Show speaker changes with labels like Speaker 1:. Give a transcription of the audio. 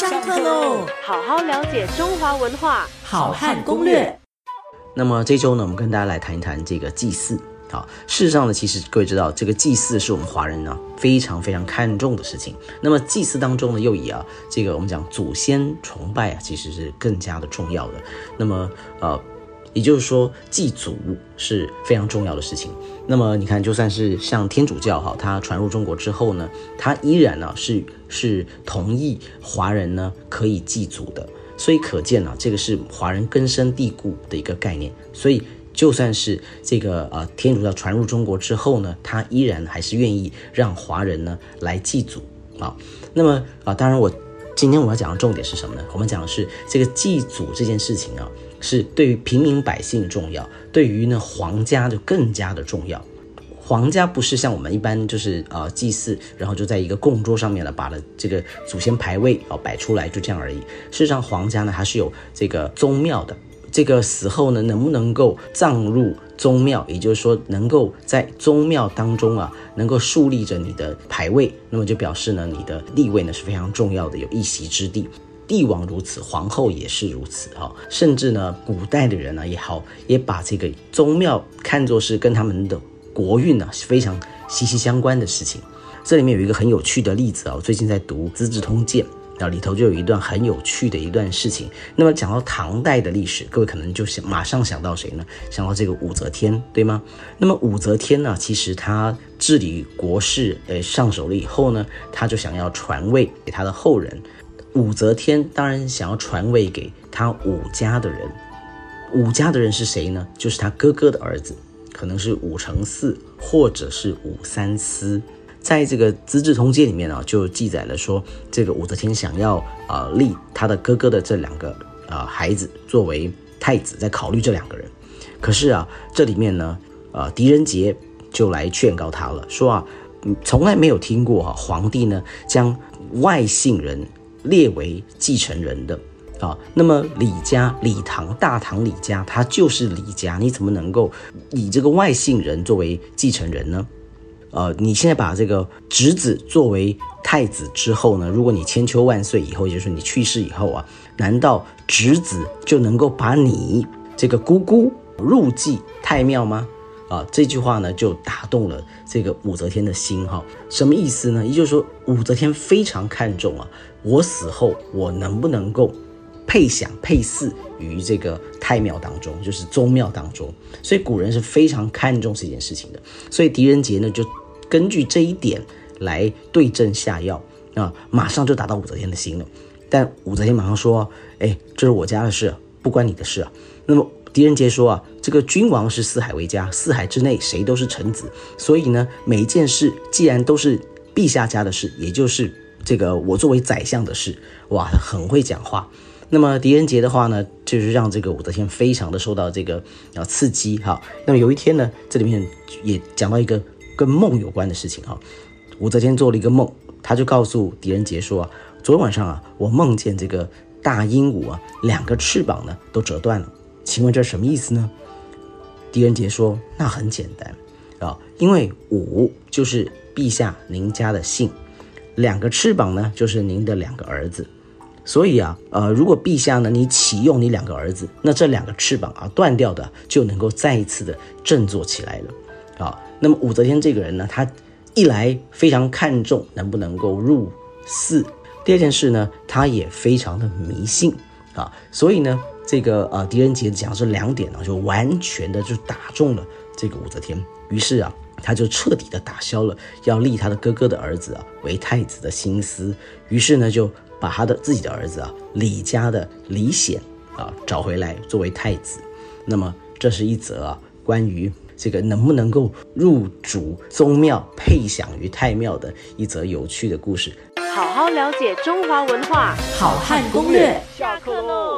Speaker 1: 上课喽！
Speaker 2: 好好了解中华文化，
Speaker 1: 好汉攻略。
Speaker 3: 那么这周呢，我们跟大家来谈一谈这个祭祀。好，事实上呢，其实各位知道，这个祭祀是我们华人呢非常非常看重的事情。那么祭祀当中呢，又以这个我们讲祖先崇拜其实是更加的重要的。那么也就是说，祭祖是非常重要的事情。那么你看，就算是像天主教它传入中国之后呢，它依然呢是同意华人呢可以祭祖的。所以可见这个是华人根深蒂固的一个概念。所以就算是这个天主教传入中国之后呢，他依然还是愿意让华人呢来祭祖啊。那么当然今天我要讲的重点是什么呢？我们讲的是这个祭祖这件事情是对于平民百姓重要，对于呢皇家就更加的重要。皇家不是像我们一般就是祭祀，然后就在一个供桌上面呢，把了这个祖先牌位摆出来，就这样而已。事实上，皇家呢还是有这个宗庙的。这个死后呢，能不能够葬入宗庙，也就是说能够在宗庙当中能够树立着你的牌位，那么就表示呢你的地位呢是非常重要的，有一席之地。帝王如此，皇后也是如此甚至呢古代的人也把这个宗庙看作是跟他们的国运非常息息相关的事情。这里面有一个很有趣的例子我最近在读《资治通鉴》，里头就有一段很有趣的一段事情。那么讲到唐代的历史，各位可能就马上想到谁呢？想到这个武则天，对吗？那么武则天呢，其实他治理国事上手了以后呢，他就想要传位给他的后人。武则天当然想要传位给他武家的人。武家的人是谁呢？就是他哥哥的儿子，可能是武承嗣或者是武三思。在这个《资治通鉴》里面就记载了说，这个武则天想要立他的哥哥的这两个孩子作为太子，在考虑这两个人。可是这里面呢狄仁杰就来劝告他了，说从来没有听过皇帝呢将外姓人列为继承人的那么李家李唐大唐李家，他就是李家，你怎么能够以这个外姓人作为继承人呢？你现在把这个侄子作为太子之后呢，如果你千秋万岁以后，也就是你去世以后难道侄子就能够把你这个姑姑入继太庙吗？这句话呢就打动了这个武则天的心什么意思呢？也就是说武则天非常看重我死后我能不能够配享配祀于这个太庙当中，就是宗庙当中。所以古人是非常看重这件事情的。所以狄仁杰呢就根据这一点来对症下药马上就打到武则天的心了。但武则天马上说这是我家的事，不关你的事那么狄仁杰说这个君王是四海为家，四海之内谁都是臣子，所以呢每一件事既然都是陛下家的事，也就是这个我作为宰相的事。哇，很会讲话。那么狄仁杰的话呢，就是让这个武则天非常的受到这个刺激那么有一天呢，这里面也讲到一个跟梦有关的事情武则天做了一个梦，他就告诉狄仁杰说昨天晚上我梦见这个大鹦鹉两个翅膀呢都折断了，请问这是什么意思呢？狄仁杰说那很简单因为武就是陛下您家的姓，两个翅膀呢就是您的两个儿子，所以如果陛下呢你启用你两个儿子，那这两个翅膀断掉的就能够再一次的振作起来了那么武则天这个人呢，他一来非常看重能不能够入祀，第二件事呢他也非常的迷信所以呢这个狄仁杰讲这两点就完全的就打中了这个武则天。于是他就彻底的打消了要立他的哥哥的儿子为太子的心思。于是呢就把他的自己的儿子李家的李显找回来作为太子。那么这是一则关于这个能不能够入主宗庙配享于太庙的一则有趣的故事。
Speaker 2: 好好了解中华文化，
Speaker 1: 好汉攻略。
Speaker 2: 下课喽。